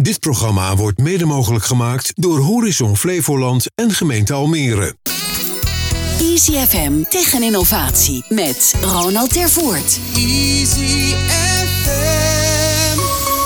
Dit programma wordt mede mogelijk gemaakt door Horizon Flevoland en gemeente Almere. Easy FM Tech en Innovatie met Ronald Tervoort. Easy FM.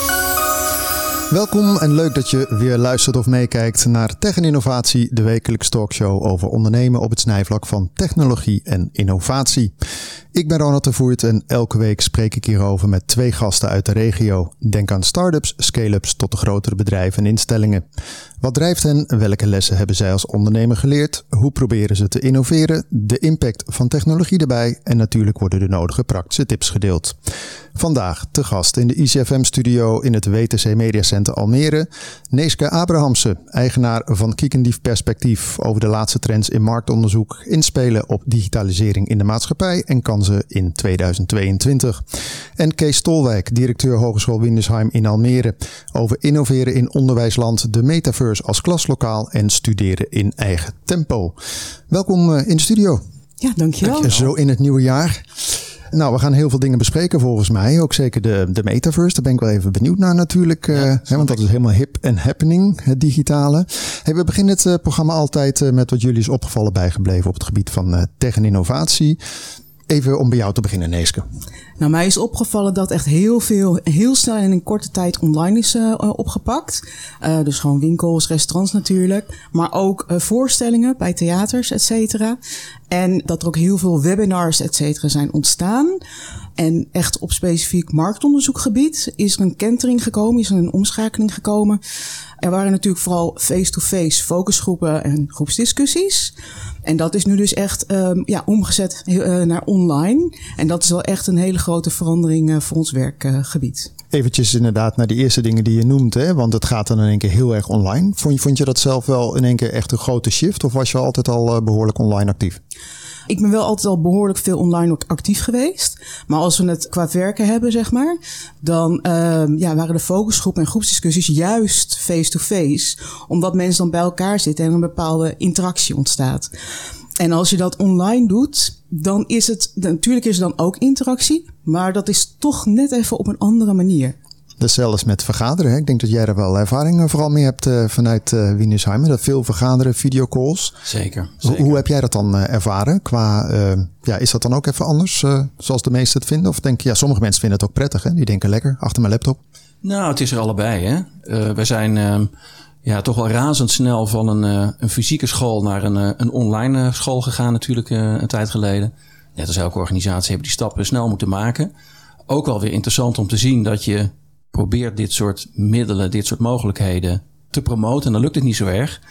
Welkom en leuk dat je weer luistert of meekijkt naar Tech en Innovatie, de wekelijkse talkshow over ondernemen op het snijvlak van technologie en innovatie. Ik ben Ronald Tervoort en elke week spreek ik hierover met 2 gasten uit de regio. Denk aan start-ups, scale-ups tot de grotere bedrijven en instellingen. Wat drijft hen? Welke lessen hebben zij als ondernemer geleerd? Hoe proberen ze te innoveren? De impact van technologie erbij en natuurlijk worden de nodige praktische tips gedeeld. Vandaag te gast in de ICFM-studio in het WTC Media Center Almere, Neeske Abrahamsen, eigenaar van Kiekendief Perspectief over de laatste trends in marktonderzoek, inspelen op digitalisering in de maatschappij en kansen in 2022. En Kees Stolwijk, directeur Hogeschool Windesheim in Almere, over innoveren in onderwijsland, de metaverse als klaslokaal en studeren in eigen tempo. Welkom in de studio. Ja, dankjewel. Zo in het nieuwe jaar. Nou, we gaan heel veel dingen bespreken volgens mij. Ook zeker de metaverse. Daar ben ik wel even benieuwd naar natuurlijk. Want dat is helemaal hip en happening, het digitale. Hey, we beginnen het programma altijd met wat jullie is opgevallen bijgebleven op het gebied van tech en innovatie. Even om bij jou te beginnen, Neeske. Nou, mij is opgevallen dat echt heel veel, heel snel en in een korte tijd online is opgepakt. Dus gewoon winkels, restaurants natuurlijk. Maar ook voorstellingen bij theaters, et cetera. En dat er ook heel veel webinars, et cetera, zijn ontstaan. En echt op specifiek marktonderzoekgebied is er een kentering gekomen, is er een omschakeling gekomen. Er waren natuurlijk vooral face-to-face focusgroepen en groepsdiscussies. En dat is nu dus echt omgezet naar online. En dat is wel echt een hele grote verandering voor ons werkgebied. Eventjes inderdaad naar die eerste dingen die je noemt, hè? Want het gaat dan in één keer heel erg online. Vond je dat zelf wel in één keer echt een grote shift of was je altijd al behoorlijk online actief? Ik ben wel altijd al behoorlijk veel online ook actief geweest. Maar als we het qua werken hebben, zeg maar, dan waren de focusgroepen en groepsdiscussies juist face-to-face. Omdat mensen dan bij elkaar zitten en een bepaalde interactie ontstaat. En als je dat online doet, dan is het, natuurlijk is er dan ook interactie, maar dat is toch net even op een andere manier. Dus zelfs met vergaderen. Hè? Ik denk dat jij er wel ervaring vooral mee hebt vanuit Windesheim. Dat veel vergaderen, videocalls. Zeker. Hoe heb jij dat dan ervaren? Is dat dan ook even anders zoals de meesten het vinden? Of denk je, sommige mensen vinden het ook prettig. Hè? Die denken lekker achter mijn laptop. Nou, het is er allebei. Hè? Wij zijn toch wel razendsnel van een fysieke school naar een online school gegaan natuurlijk een tijd geleden. Net als elke organisatie hebben die stappen snel moeten maken. Ook wel weer interessant om te zien dat je probeert dit soort middelen, dit soort mogelijkheden te promoten. En dan lukt het niet zo erg.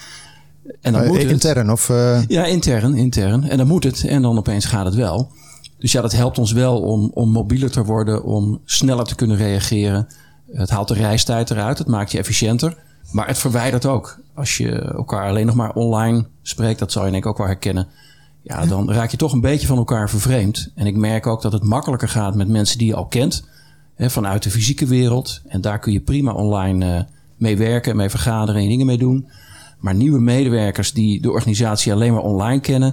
En dan moet het. Intern of? Ja, intern. En dan moet het. En dan opeens gaat het wel. Dus ja, dat helpt ons wel om mobieler te worden, om sneller te kunnen reageren. Het haalt de reistijd eruit. Het maakt je efficiënter. Maar het verwijdert ook. Als je elkaar alleen nog maar online spreekt, dat zal je denk ik ook wel herkennen. Ja, dan raak je toch een beetje van elkaar vervreemd. En ik merk ook dat het makkelijker gaat met mensen die je al kent. Vanuit de fysieke wereld. En daar kun je prima online mee werken, mee vergaderen en dingen mee doen. Maar nieuwe medewerkers die de organisatie alleen maar online kennen,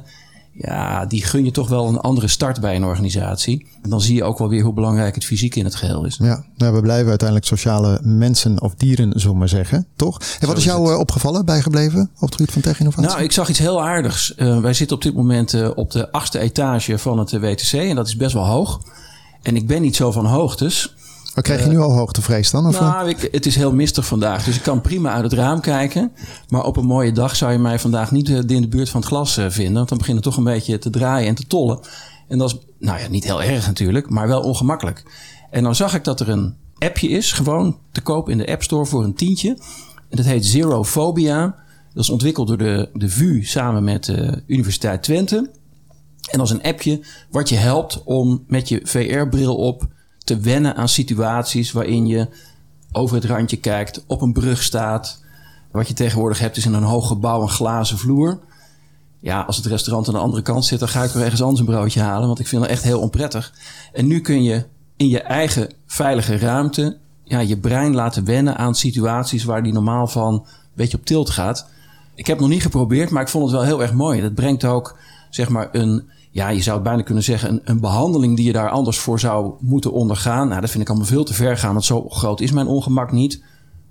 ja, die gun je toch wel een andere start bij een organisatie. En dan zie je ook wel weer hoe belangrijk het fysiek in het geheel is. Ja, we blijven uiteindelijk sociale mensen of dieren, zullen we maar zeggen, toch? En wat is jou opgevallen, bijgebleven op het gebied van tech-innovatie? Nou, ik zag iets heel aardigs. Wij zitten op dit moment op de 8e etage van het WTC en dat is best wel hoog. En ik ben niet zo van hoogtes. Maar krijg je nu al hoogtevrees dan? Of? Nou, het is heel mistig vandaag. Dus ik kan prima uit het raam kijken. Maar op een mooie dag zou je mij vandaag niet in de buurt van het glas vinden. Want dan begint het toch een beetje te draaien en te tollen. En dat is niet heel erg natuurlijk, maar wel ongemakkelijk. En dan zag ik dat er een appje is, gewoon te koop in de App Store voor een $10. En dat heet Zero Phobia. Dat is ontwikkeld door de VU samen met de Universiteit Twente. En dat is een appje wat je helpt om met je VR-bril op te wennen aan situaties waarin je over het randje kijkt, op een brug staat. Wat je tegenwoordig hebt is in een hoog gebouw een glazen vloer. Ja, als het restaurant aan de andere kant zit, dan ga ik weer ergens anders een broodje halen, want ik vind het echt heel onprettig. En nu kun je in je eigen veilige ruimte je brein laten wennen aan situaties waar die normaal van een beetje op tilt gaat. Ik heb het nog niet geprobeerd, maar ik vond het wel heel erg mooi. Dat brengt ook, zeg maar, je zou het bijna kunnen zeggen, een behandeling die je daar anders voor zou moeten ondergaan. Nou, dat vind ik allemaal veel te ver gaan, want zo groot is mijn ongemak niet.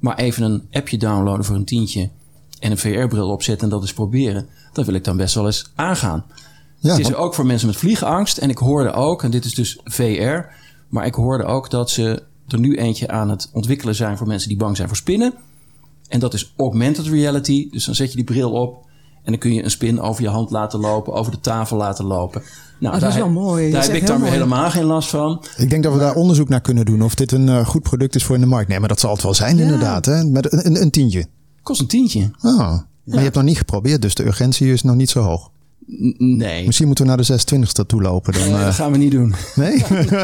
Maar even een appje downloaden voor een $10 en een VR-bril opzetten en dat eens proberen. Dat wil ik dan best wel eens aangaan. Ja, het is ook voor mensen met vliegangst. En ik hoorde ook, en dit is dus VR... maar ik hoorde ook dat ze er nu eentje aan het ontwikkelen zijn... voor mensen die bang zijn voor spinnen. En dat is augmented reality. Dus dan zet je die bril op... en dan kun je een spin over je hand laten lopen... over de tafel laten lopen. Nou, dat is wel mooi. Daar heb ik dan weer helemaal geen last van. Ik denk dat we daar onderzoek naar kunnen doen... of dit een goed product is voor in de markt. Nee, maar dat zal het wel zijn inderdaad. Hè? Met een $10. Kost een $10. Maar je hebt nog niet geprobeerd... dus de urgentie is nog niet zo hoog. Nee. Misschien moeten we naar de 26e toe lopen. Dan, dat gaan we niet doen. Nee?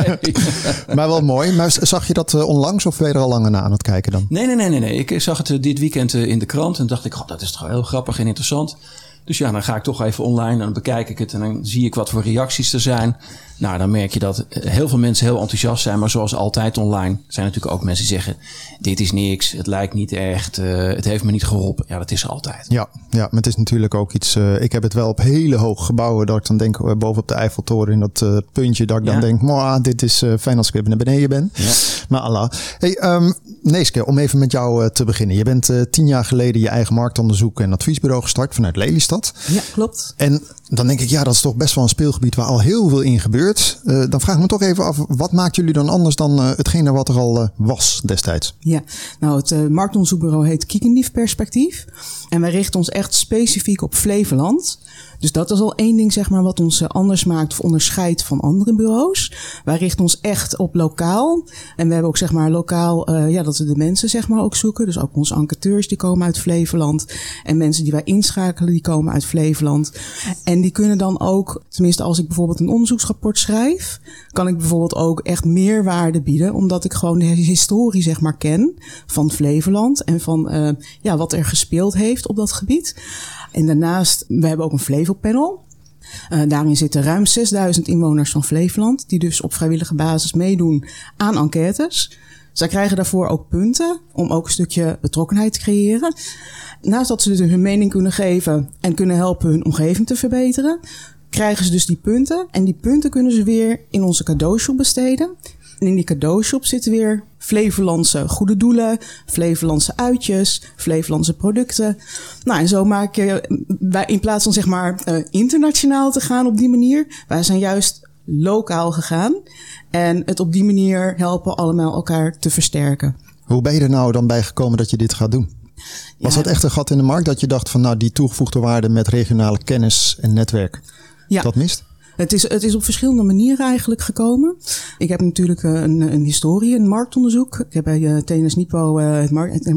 Maar wel mooi. Maar zag je dat onlangs of ben je er al langer naar aan het kijken dan? Nee. Ik zag het dit weekend in de krant en dacht ik, dat is toch heel grappig en interessant. Dus ja, dan ga ik toch even online en dan bekijk ik het en dan zie ik wat voor reacties er zijn. Nou, dan merk je dat heel veel mensen heel enthousiast zijn. Maar zoals altijd online zijn natuurlijk ook mensen die zeggen... dit is niks, het lijkt niet echt, het heeft me niet geholpen. Ja, dat is er altijd. Ja, maar het is natuurlijk ook iets... ik heb het wel op hele hoge gebouwen... dat ik dan denk bovenop de Eiffeltoren in dat puntje... dat ik dan denk, dit is fijn als ik even naar beneden ben. Ja. Maar Allah. Hey, Neeske, om even met jou te beginnen. Je bent 10 jaar geleden je eigen marktonderzoek en adviesbureau gestart vanuit Lelystad. Ja, klopt. En dan denk ik, dat is toch best wel een speelgebied waar al heel veel in gebeurt. Dan vraag ik me toch even af, wat maakt jullie dan anders dan hetgene wat er al was destijds? Ja, nou het marktonderzoekbureau heet Kiekendief Perspectief. En wij richten ons echt specifiek op Flevoland. Dus dat is al één ding, zeg maar, wat ons anders maakt of onderscheidt van andere bureaus. Wij richten ons echt op lokaal. En we hebben ook, zeg maar, lokaal, dat we de mensen, zeg maar, ook zoeken. Dus ook onze enquêteurs, die komen uit Flevoland. En mensen die wij inschakelen, die komen uit Flevoland. En die kunnen dan ook, tenminste als ik bijvoorbeeld een onderzoeksrapport schrijf, kan ik bijvoorbeeld ook echt meerwaarde bieden. Omdat ik gewoon de historie, zeg maar, ken van Flevoland. En van wat er gespeeld heeft op dat gebied. En daarnaast, we hebben ook een Flevopanel. Daarin zitten ruim 6000 inwoners van Flevoland, die dus op vrijwillige basis meedoen aan enquêtes. Zij krijgen daarvoor ook punten om ook een stukje betrokkenheid te creëren. Naast dat ze dus hun mening kunnen geven en kunnen helpen hun omgeving te verbeteren, krijgen ze dus die punten. En die punten kunnen ze weer in onze cadeaushop besteden. En in die cadeaushop zitten weer Flevolandse goede doelen, Flevolandse uitjes, Flevolandse producten. Nou, en zo maak je, wij in plaats van, zeg maar, internationaal te gaan op die manier, wij zijn juist lokaal gegaan. En het op die manier helpen allemaal elkaar te versterken. Hoe ben je er nou dan bij gekomen dat je dit gaat doen? Was dat echt een gat in de markt dat je dacht van, die toegevoegde waarde met regionale kennis en netwerk, dat mist? Het is op verschillende manieren eigenlijk gekomen. Ik heb natuurlijk een historie, een marktonderzoek. Ik heb bij TNS Nipo, het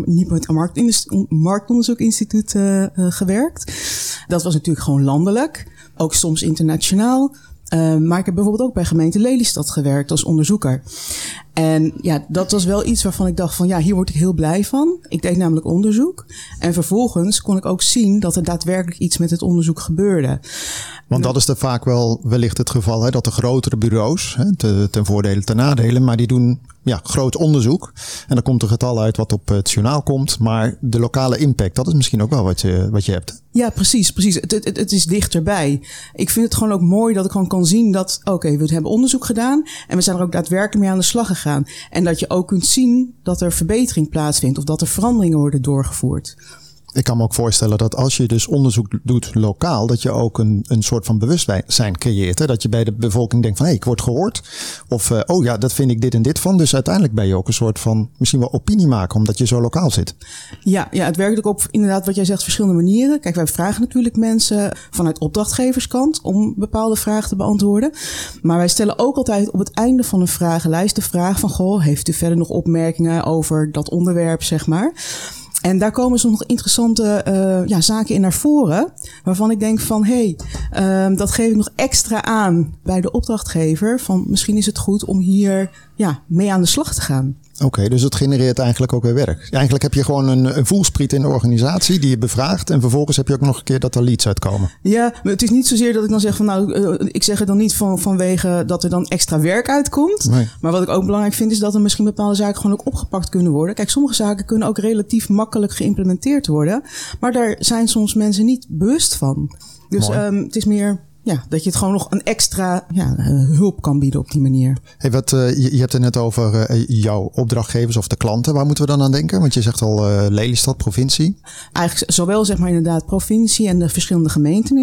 Marktonderzoekinstituut gewerkt. Dat was natuurlijk gewoon landelijk, ook soms internationaal. Maar ik heb bijvoorbeeld ook bij gemeente Lelystad gewerkt als onderzoeker. En ja, dat was wel iets waarvan ik dacht van, hier word ik heel blij van. Ik deed namelijk onderzoek. En vervolgens kon ik ook zien dat er daadwerkelijk iets met het onderzoek gebeurde. Want dat is er vaak wel wellicht het geval, hè, dat de grotere bureaus, ten voordele, ten nadele, maar die doen groot onderzoek. En dan komt een getal uit wat op het journaal komt. Maar de lokale impact, dat is misschien ook wel wat je hebt. Ja, precies. Het is dichterbij. Ik vind het gewoon ook mooi dat ik gewoon kan zien dat, we hebben onderzoek gedaan en we zijn er ook daadwerkelijk mee aan de slag gegaan. En dat je ook kunt zien dat er verbetering plaatsvindt of dat er veranderingen worden doorgevoerd. Ik kan me ook voorstellen dat als je dus onderzoek doet lokaal, dat je ook een soort van bewustzijn creëert. Hè? Dat je bij de bevolking denkt van, ik word gehoord. Of, dat vind ik dit en dit van. Dus uiteindelijk ben je ook een soort van, misschien wel opinie maken, omdat je zo lokaal zit. Ja, het werkt ook op, inderdaad, wat jij zegt, verschillende manieren. Kijk, wij vragen natuurlijk mensen vanuit opdrachtgeverskant om bepaalde vragen te beantwoorden. Maar wij stellen ook altijd op het einde van een vragenlijst de vraag van, heeft u verder nog opmerkingen over dat onderwerp, zeg maar. En daar komen soms nog interessante zaken in naar voren, waarvan ik denk van, dat geef ik nog extra aan bij de opdrachtgever. Van misschien is het goed om hier mee aan de slag te gaan. Oké, dus het genereert eigenlijk ook weer werk. Eigenlijk heb je gewoon een voelspriet in de organisatie die je bevraagt. En vervolgens heb je ook nog een keer dat er leads uitkomen. Ja, maar het is niet zozeer dat ik dan zeg van ik zeg het dan niet vanwege dat er dan extra werk uitkomt. Nee. Maar wat ik ook belangrijk vind is dat er misschien bepaalde zaken gewoon ook opgepakt kunnen worden. Kijk, sommige zaken kunnen ook relatief makkelijk geïmplementeerd worden. Maar daar zijn soms mensen niet bewust van. Dus het is meer dat je het gewoon nog een extra hulp kan bieden op die manier. Hey, je hebt het net over jouw opdrachtgevers of de klanten. Waar moeten we dan aan denken? Want je zegt al Lelystad, provincie. Eigenlijk zowel zeg maar inderdaad provincie en de verschillende gemeenten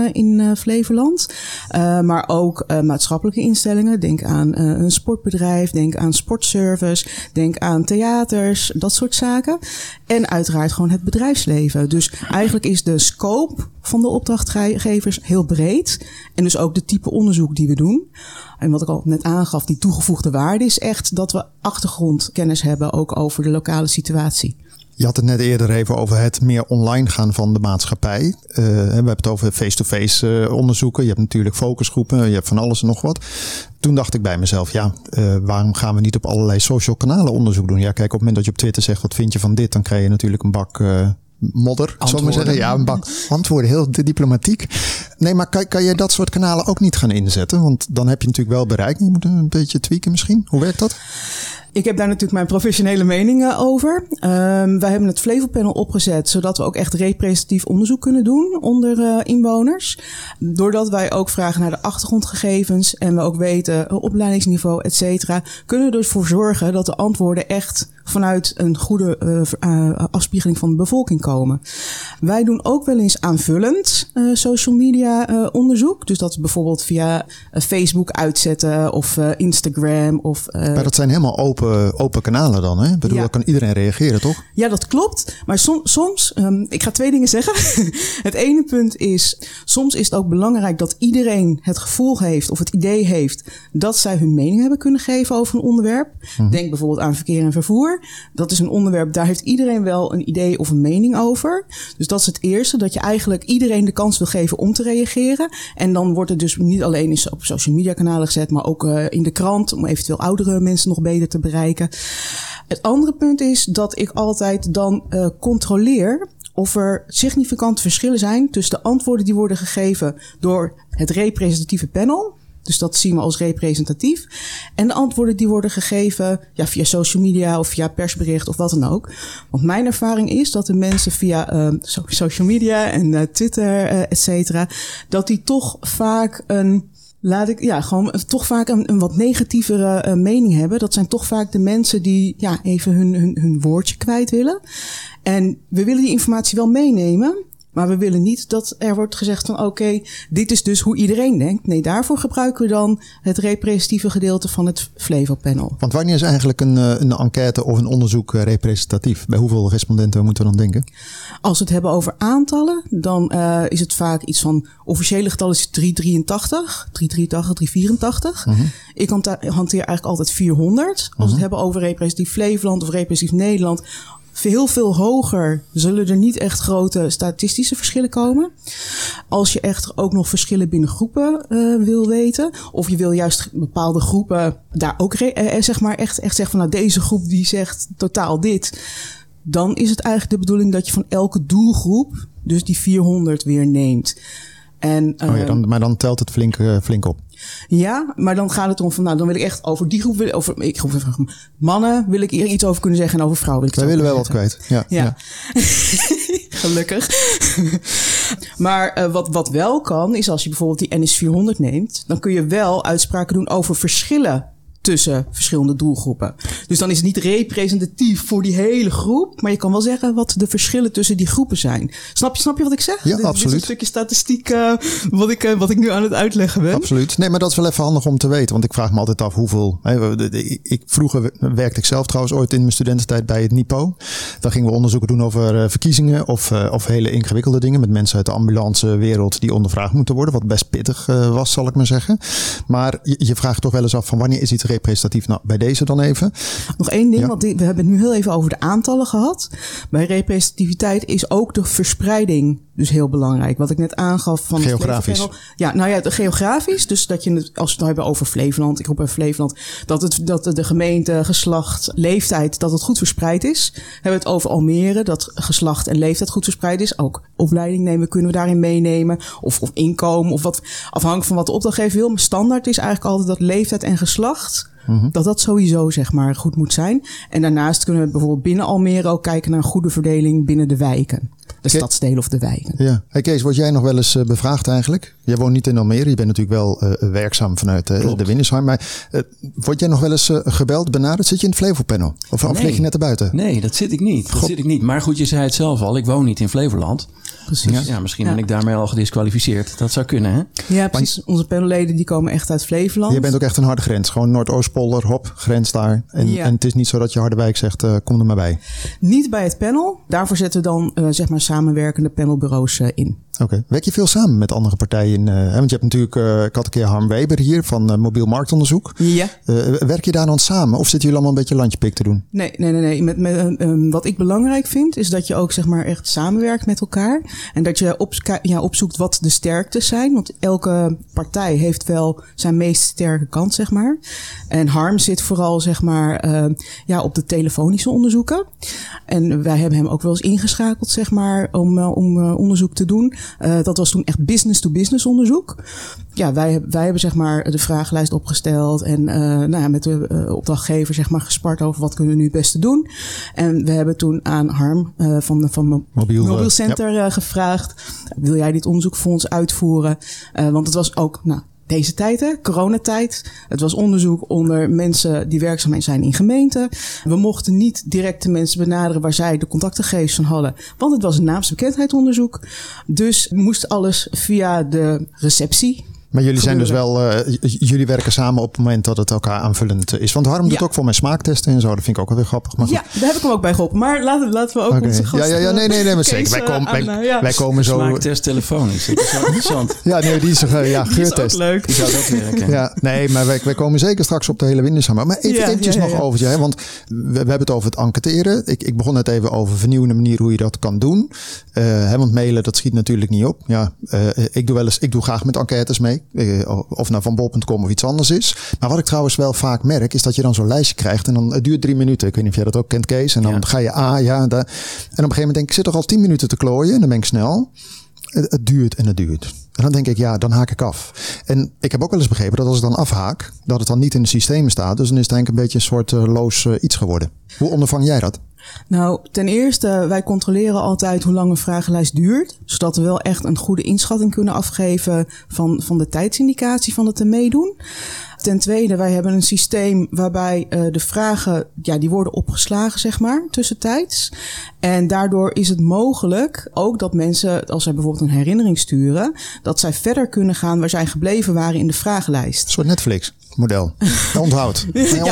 in Flevoland. Maar ook maatschappelijke instellingen. Denk aan een sportbedrijf, denk aan sportservice, denk aan theaters, dat soort zaken. En uiteraard gewoon het bedrijfsleven. Dus eigenlijk is de scope van de opdrachtgevers heel breed. En dus ook de type onderzoek die we doen. En wat ik al net aangaf, die toegevoegde waarde is echt dat we achtergrondkennis hebben ook over de lokale situatie. Je had het net eerder even over het meer online gaan van de maatschappij. We hebben het over face-to-face onderzoeken. Je hebt natuurlijk focusgroepen. Je hebt van alles en nog wat. Toen dacht ik bij mezelf, waarom gaan we niet op allerlei social kanalen onderzoek doen? Ja, kijk, op het moment dat je op Twitter zegt, wat vind je van dit? Dan krijg je natuurlijk een bak modder, zal ik maar zeggen. Ja, een bak antwoorden, heel diplomatiek. Nee, maar kan je dat soort kanalen ook niet gaan inzetten? Want dan heb je natuurlijk wel bereik. Je moet een beetje tweaken misschien. Hoe werkt dat? Ik heb daar natuurlijk mijn professionele meningen over. Wij hebben het Flevopanel opgezet, zodat we ook echt representatief onderzoek kunnen doen onder inwoners. Doordat wij ook vragen naar de achtergrondgegevens en we ook weten opleidingsniveau, et cetera, kunnen we ervoor zorgen dat de antwoorden echt vanuit een goede afspiegeling van de bevolking komen. Wij doen ook wel eens aanvullend social media onderzoek. Dus dat is bijvoorbeeld via Facebook uitzetten of Instagram. Maar dat zijn helemaal open kanalen dan, hè? Ik bedoel, daar kan iedereen reageren, toch? Ja, dat klopt. Maar soms ik ga 2 dingen zeggen. Het ene punt is, soms is het ook belangrijk dat iedereen het gevoel heeft of het idee heeft dat zij hun mening hebben kunnen geven over een onderwerp. Denk bijvoorbeeld aan verkeer en vervoer. Dat is een onderwerp, daar heeft iedereen wel een idee of een mening over. Dus dat is het eerste, dat je eigenlijk iedereen de kans wil geven om te reageren. En dan wordt het dus niet alleen op social media kanalen gezet, maar ook in de krant, om eventueel oudere mensen nog beter te bereiken. Het andere punt is dat ik altijd dan controleer of er significante verschillen zijn tussen de antwoorden die worden gegeven door het representatieve panel. Dus dat zien we als representatief. En de antwoorden die worden gegeven via social media of via persbericht of wat dan ook. Want mijn ervaring is dat de mensen via social media en Twitter, et cetera, dat die toch vaak een wat negatievere mening hebben. Dat zijn toch vaak de mensen die even hun woordje kwijt willen. En we willen die informatie wel meenemen. Maar we willen niet dat er wordt gezegd van oké, dit is dus hoe iedereen denkt. Nee, daarvoor gebruiken we dan het representatieve gedeelte van het Flevopanel. Want wanneer is eigenlijk een enquête of een onderzoek representatief? Bij hoeveel respondenten moeten we dan denken? Als we het hebben over aantallen, dan is het vaak iets van officiële getal is 383, 384. Ik hanteer eigenlijk altijd 400. Als we het hebben over representatief Flevoland of representatief Nederland, veel hoger zullen er niet echt grote statistische verschillen komen. Als je echter ook nog verschillen binnen groepen wil weten, of je wil juist bepaalde groepen daar ook echt zeggen van deze groep die zegt totaal dit, dan is het eigenlijk de bedoeling dat je van elke doelgroep dus die 400 weer neemt. En, maar dan telt het flink op. Ja, maar dan gaat het om van, dan wil ik echt over die groep, mannen wil ik hier iets over kunnen zeggen en over vrouwen wil ik Wij willen wel wat kwijt. Ja. Gelukkig. Maar wat wel kan, is als je bijvoorbeeld die NS400 neemt, dan kun je wel uitspraken doen over verschillen tussen verschillende doelgroepen. Dus dan is het niet representatief voor die hele groep, maar je kan wel zeggen wat de verschillen tussen die groepen zijn. Snap je wat ik zeg? Ja, absoluut. Dit is een stukje statistiek wat ik nu aan het uitleggen ben. Absoluut. Nee, maar dat is wel even handig om te weten, want ik vraag me altijd af hoeveel. Vroeger werkte ik zelf trouwens ooit in mijn studententijd bij het NIPO. Dan gingen we onderzoeken doen over verkiezingen of hele ingewikkelde dingen met mensen uit de ambulancewereld die ondervraagd moeten worden, wat best pittig was, zal ik maar zeggen. Maar je vraagt toch wel eens af van wanneer is iets representatief? Nou, bij deze dan even. Nog één ding, want we hebben het nu heel even over de aantallen gehad. Bij representativiteit is ook de verspreiding dus heel belangrijk. Wat ik net aangaf van geografisch. Geografisch. Dus dat je, als we het hebben over Flevoland, ik roep even Flevoland, dat de gemeente, geslacht, leeftijd, dat het goed verspreid is. Hebben we het over Almere, dat geslacht en leeftijd goed verspreid is. Ook opleiding kunnen we daarin meenemen. Of inkomen, of wat, afhankelijk van wat de opdrachtgever wil. Maar standaard is eigenlijk altijd dat leeftijd en geslacht, dat sowieso goed moet zijn. En daarnaast kunnen we bijvoorbeeld binnen Almere ook kijken naar een goede verdeling binnen de wijken. de stadsdelen of de wijken. Ja. Hey Kees, word jij nog wel eens bevraagd eigenlijk? Jij woont niet in Almere, je bent natuurlijk wel werkzaam vanuit de Windesheim. Maar word jij nog wel eens gebeld, benaderd? Zit je in het Flevopanel? Of lig je net erbuiten? Nee, dat zit ik niet. Maar goed, je zei het zelf al, ik woon niet in Flevoland. Precies. Dus ja, misschien ben ik daarmee al gedisqualificeerd. Dat zou kunnen, hè? Ja, precies. Onze panelleden die komen echt uit Flevoland. Je bent ook echt een harde grens. Gewoon Noordoostpolder, hop, grens daar. En het is niet zo dat je Harderwijk zegt, kom er maar bij. Niet bij het panel. Daarvoor zetten we dan samenwerkende panelbureaus in. Oké. Werk je veel samen met andere partijen? Want je hebt natuurlijk, ik had een keer Harm Weber hier van Mobiel Marktonderzoek. Ja. Werk je daar dan samen? Of zitten jullie allemaal een beetje landjepik te doen? Nee. Wat ik belangrijk vind, is dat je ook echt samenwerkt met elkaar. En dat je opzoekt wat de sterktes zijn. Want elke partij heeft wel zijn meest sterke kant, zeg maar. En Harm zit vooral, op de telefonische onderzoeken. En wij hebben hem ook wel eens ingeschakeld, zeg maar, om onderzoek te doen. Dat was toen echt business-to-business onderzoek. Ja, wij hebben zeg maar de vragenlijst opgesteld en met de opdrachtgever gespart over wat kunnen we nu het beste doen. En we hebben toen aan Harm van Mobiel Center gevraagd, wil jij dit onderzoek voor ons uitvoeren? Want het was ook deze tijd, hè, coronatijd. Het was onderzoek onder mensen die werkzaam zijn in gemeenten. We mochten niet direct de mensen benaderen waar zij de contactgegevens van hadden. Want het was een naamsbekendheidsonderzoek. Dus moest alles via de receptie. Maar jullie zijn dus jullie werken samen op het moment dat het elkaar aanvullend is. Want Harm doet ook voor mijn smaaktesten en zo. Dat vind ik ook wel weer grappig. Maar goed. Ja, daar heb ik hem ook bij geholpen. Maar laten we ook onze gasten... Nee, maar zeker. Wij komen zo... Smaaktest telefonisch. Dat is wel interessant. Ja, nee, die is geurtest. Die is ook leuk. Die zou ook werken. Ja, nee, maar wij komen zeker straks op de hele Windesheim. Maar eventjes nog over je. Want we hebben het over het enquêteren. Ik begon net even over vernieuwende manier hoe je dat kan doen. Want mailen, dat schiet natuurlijk niet op. Ja, ik doe graag met enquêtes mee. Of nou van bol.com of iets anders is. Maar wat ik trouwens wel vaak merk, is dat je dan zo'n lijstje krijgt. En dan het duurt 3 minuten. Ik weet niet of jij dat ook kent, Kees. En dan ga je en op een gegeven moment denk ik zit toch al 10 minuten te klooien. En dan ben ik snel. Het duurt. En dan denk ik, dan haak ik af. En ik heb ook wel eens begrepen dat als ik dan afhaak, dat het dan niet in de systemen staat. Dus dan is het eigenlijk een beetje een soort loos iets geworden. Hoe ondervang jij dat? Nou, ten eerste, wij controleren altijd hoe lang een vragenlijst duurt. Zodat we wel echt een goede inschatting kunnen afgeven van de tijdsindicatie van het te meedoen. Ten tweede, wij hebben een systeem waarbij de vragen, die worden opgeslagen, zeg maar, tussentijds. En daardoor is het mogelijk ook dat mensen, als zij bijvoorbeeld een herinnering sturen, dat zij verder kunnen gaan waar zij gebleven waren in de vragenlijst. Een soort Netflix-model. Onthoud.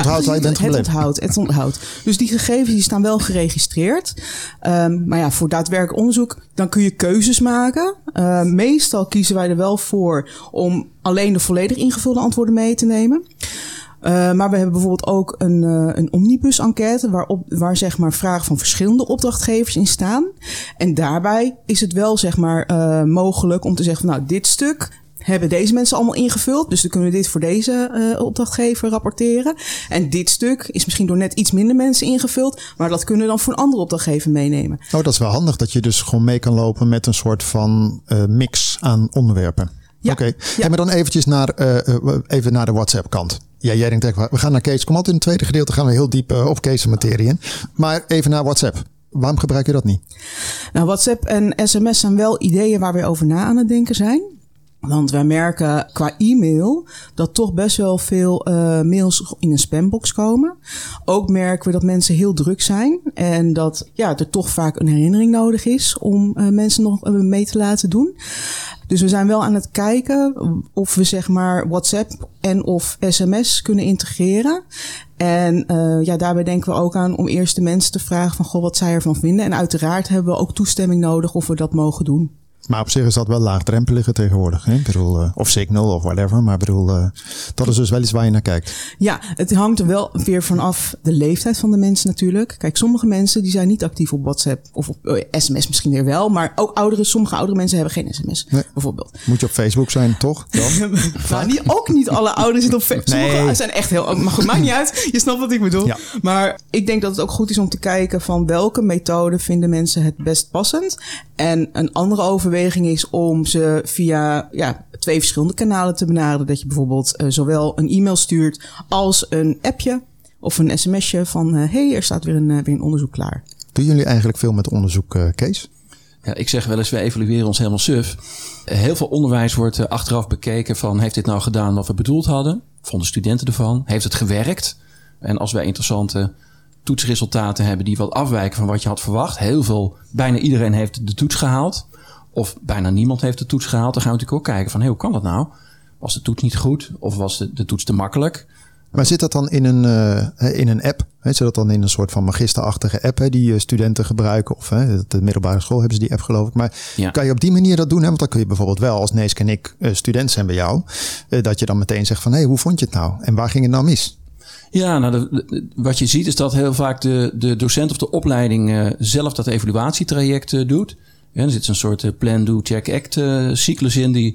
Het onthoudt. Dus die gegevens die staan wel geregistreerd. Maar voor daadwerkelijk onderzoek, dan kun je keuzes maken. Meestal kiezen wij er wel voor om alleen de volledig ingevulde antwoorden mee te nemen. Maar we hebben bijvoorbeeld ook een omnibus-enquête waar zeg maar vragen van verschillende opdrachtgevers in staan. En daarbij is het wel zeg maar mogelijk om te zeggen van dit stuk hebben deze mensen allemaal ingevuld. Dus dan kunnen we dit voor deze opdrachtgever rapporteren. En dit stuk is misschien door net iets minder mensen ingevuld. Maar dat kunnen we dan voor een andere opdrachtgever meenemen. Oh, dat is wel handig dat je dus gewoon mee kan lopen met een soort van mix aan onderwerpen. Ja. Oké. Ja. Maar dan eventjes even naar de WhatsApp kant. Ja, jij denkt we gaan naar Kees. Kom altijd in het tweede gedeelte gaan we heel diep op Kees' materie in. Maar even naar WhatsApp. Waarom gebruik je dat niet? Nou, WhatsApp en sms zijn wel ideeën waar we over na aan het denken zijn. Want wij merken qua e-mail dat toch best wel veel mails in een spambox komen. Ook merken we dat mensen heel druk zijn. En dat er toch vaak een herinnering nodig is om mensen nog mee te laten doen. Dus we zijn wel aan het kijken of we zeg maar WhatsApp en of sms kunnen integreren. En daarbij denken we ook aan om eerst de mensen te vragen van wat zij ervan vinden. En uiteraard hebben we ook toestemming nodig of we dat mogen doen. Maar op zich is dat wel laagdrempeliger tegenwoordig. Hè? Ik bedoel, of Signal of whatever. Maar ik bedoel, dat is dus wel iets waar je naar kijkt. Ja, het hangt er wel weer vanaf de leeftijd van de mensen natuurlijk. Kijk, sommige mensen die zijn niet actief op WhatsApp. Of op sms misschien weer wel. Maar ook sommige oudere mensen hebben geen sms. Nee. Bijvoorbeeld. Moet je op Facebook zijn, toch? Ook niet alle ouderen zitten op Facebook. Nee. Sommige zijn echt heel... Maar goed, maakt niet uit. Je snapt wat ik bedoel. Ja. Maar ik denk dat het ook goed is om te kijken van welke methode vinden mensen het best passend. En een andere overweging is om ze via 2 verschillende kanalen te benaderen. Dat je bijvoorbeeld zowel een e-mail stuurt als een appje of een sms'je van er staat weer een onderzoek klaar. Doen jullie eigenlijk veel met onderzoek, Kees? Ja, ik zeg wel eens, we evalueren ons helemaal suf. Heel veel onderwijs wordt achteraf bekeken van... heeft dit nou gedaan wat we bedoeld hadden? Vonden studenten ervan? Heeft het gewerkt? En als wij interessante toetsresultaten hebben... die wat afwijken van wat je had verwacht... bijna iedereen heeft de toets gehaald... of bijna niemand heeft de toets gehaald... dan gaan we natuurlijk ook kijken van... hoe kan dat nou? Was de toets niet goed? Of was de toets te makkelijk? Maar zit dat dan in een app? Zit dat dan in een soort van magisterachtige app... die studenten gebruiken? Of de middelbare school hebben ze die app, geloof ik. Maar kan je op die manier dat doen? Want dan kun je bijvoorbeeld wel, als Neeske en ik student zijn bij jou... dat je dan meteen zegt van... hoe vond je het nou? En waar ging het nou mis? Ja, nou, wat je ziet is dat heel vaak de docent of de opleiding... zelf dat evaluatietraject doet. Ja, er zit een soort plan, do, check, act cyclus in... die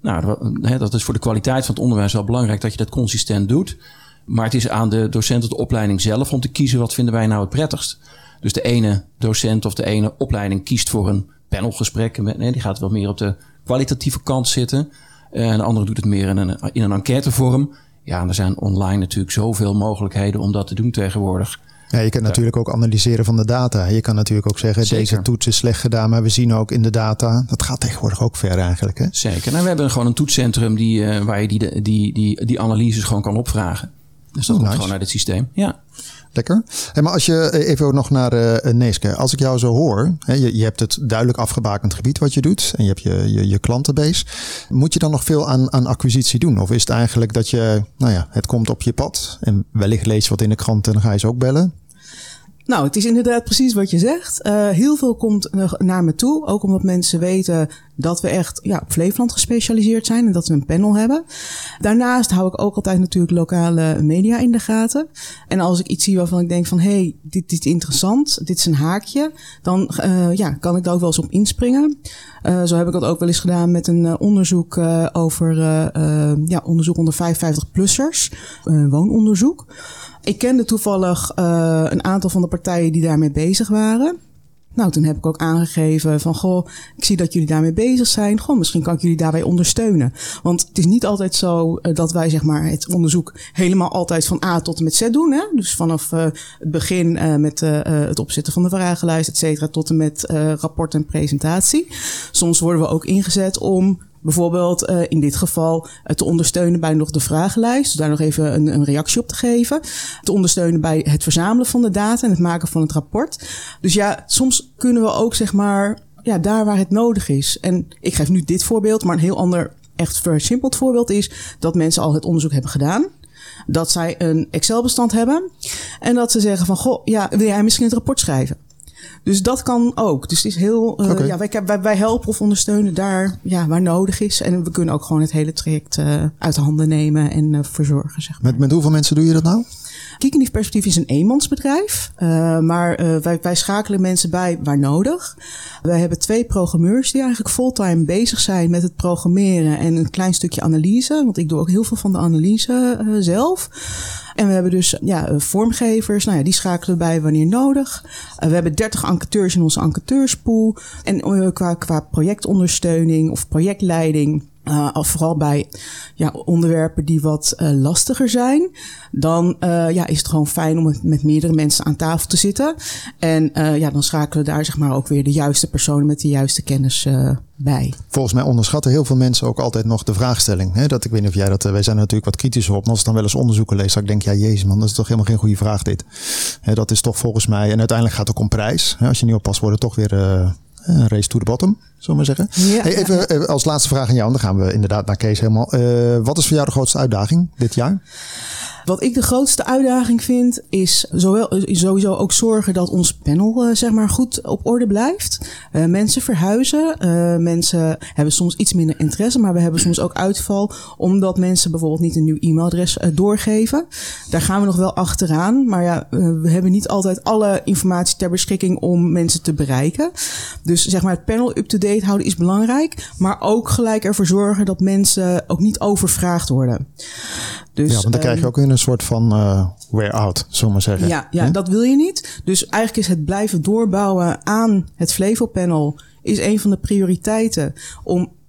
dat is voor de kwaliteit van het onderwijs wel belangrijk... dat je dat consistent doet... Maar het is aan de docent of de opleiding zelf om te kiezen... wat vinden wij nou het prettigst. Dus de ene docent of de ene opleiding kiest voor een panelgesprek. Die gaat wel meer op de kwalitatieve kant zitten. En de andere doet het meer in een enquêtevorm. Ja, en er zijn online natuurlijk zoveel mogelijkheden om dat te doen tegenwoordig. Ja, je kan natuurlijk ook analyseren van de data. Je kan natuurlijk ook zeggen, Zeker. Deze toets is slecht gedaan... maar we zien ook in de data... dat gaat tegenwoordig ook ver eigenlijk. Hè? Zeker. Nou, we hebben gewoon een toetscentrum... waar je die analyses gewoon kan opvragen. Dus dat komt gewoon uit het systeem. Ja. Lekker. Maar als je even ook nog naar Neeske. Als ik jou zo hoor. Je hebt het duidelijk afgebakend gebied wat je doet. En je hebt je klantenbase. Moet je dan nog veel aan acquisitie doen? Of is het eigenlijk dat je... het komt op je pad. En wellicht lees je wat in de krant en dan ga je ze ook bellen. Nou, het is inderdaad precies wat je zegt. Heel veel komt naar me toe. Ook omdat mensen weten dat we echt op Flevoland gespecialiseerd zijn. En dat we een panel hebben. Daarnaast hou ik ook altijd natuurlijk lokale media in de gaten. En als ik iets zie waarvan ik denk van... dit is interessant, dit is een haakje. Dan kan ik daar ook wel eens op inspringen. Zo heb ik dat ook wel eens gedaan met een onderzoek over... onderzoek onder 55-plussers. Woononderzoek. Ik kende toevallig een aantal van de partijen die daarmee bezig waren. Nou, toen heb ik ook aangegeven van... ik zie dat jullie daarmee bezig zijn. Misschien kan ik jullie daarbij ondersteunen. Want het is niet altijd zo dat wij zeg maar het onderzoek... helemaal altijd van A tot en met Z doen. Hè? Dus vanaf het begin met het opzetten van de vragenlijst, et cetera... tot en met rapport en presentatie. Soms worden we ook ingezet om... bijvoorbeeld in dit geval te ondersteunen bij nog de vragenlijst. Dus daar nog even een reactie op te geven. Te ondersteunen bij het verzamelen van de data en het maken van het rapport. Dus soms kunnen we ook zeg maar daar waar het nodig is. En ik geef nu dit voorbeeld, maar een heel ander echt versimpeld voorbeeld is dat mensen al het onderzoek hebben gedaan. Dat zij een Excel-bestand hebben. En dat ze zeggen van, wil jij misschien het rapport schrijven? Dus dat kan ook. Dus het is heel... wij helpen of ondersteunen daar waar nodig is. En we kunnen ook gewoon het hele traject uit de handen nemen en verzorgen. Zeg maar. Met hoeveel mensen doe je dat nou? Kiekendief Perspectief is een eenmansbedrijf. Maar wij schakelen mensen bij waar nodig. Wij hebben 2 programmeurs die eigenlijk fulltime bezig zijn met het programmeren en een klein stukje analyse. Want ik doe ook heel veel van de analyse zelf. En we hebben dus vormgevers. Die schakelen we bij wanneer nodig. We hebben 30 enquêteurs in onze enquêteurspool. En qua projectondersteuning of projectleiding... vooral bij onderwerpen die wat lastiger zijn. Dan is het gewoon fijn om met meerdere mensen aan tafel te zitten. En dan schakelen we daar zeg maar ook weer de juiste personen met de juiste kennis bij. Volgens mij onderschatten heel veel mensen ook altijd nog de vraagstelling. Hè? Dat ik weet niet of jij dat... wij zijn er natuurlijk wat kritischer op. Maar als ik dan wel eens onderzoeken lees, dan denk ik... jezus man, dat is toch helemaal geen goede vraag dit. Dat is toch volgens mij... En uiteindelijk gaat het ook om prijs. Als je niet oppast, wordt het toch weer... een race to the bottom, zullen we maar zeggen. Ja, even als laatste vraag aan jou. En dan gaan we inderdaad naar Kees helemaal. Wat is voor jou de grootste uitdaging dit jaar? Wat ik de grootste uitdaging vind, is sowieso ook zorgen dat ons panel zeg maar goed op orde blijft. Mensen verhuizen. Mensen hebben soms iets minder interesse, maar we hebben soms ook uitval omdat mensen bijvoorbeeld niet een nieuw e-mailadres doorgeven. Daar gaan we nog wel achteraan. Maar we hebben niet altijd alle informatie ter beschikking om mensen te bereiken. Dus zeg maar het panel up-to-date houden is belangrijk. Maar ook gelijk ervoor zorgen dat mensen ook niet overvraagd worden. Dus, want dan krijg je ook in een soort van wear-out, zullen we maar zeggen. Ja, dat wil je niet. Dus eigenlijk is het blijven doorbouwen aan het Flevo-panel is een van de prioriteiten om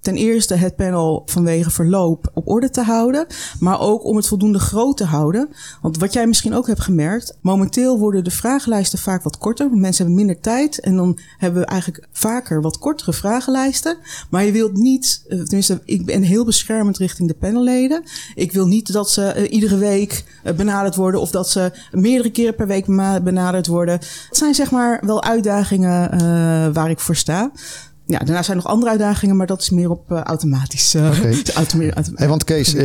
ten eerste het panel vanwege verloop op orde te houden, maar ook om het voldoende groot te houden. Want wat jij misschien ook hebt gemerkt, momenteel worden de vragenlijsten vaak wat korter. Want mensen hebben minder tijd en dan hebben we eigenlijk vaker wat kortere vragenlijsten. Maar je wilt niet, tenminste ik ben heel beschermend richting de panelleden. Ik wil niet dat ze iedere week benaderd worden of dat ze meerdere keren per week benaderd worden. Het zijn zeg maar wel uitdagingen waar ik voor sta. Ja, daarna zijn nog andere uitdagingen, maar dat is meer op automatisch. Hey, want Kees,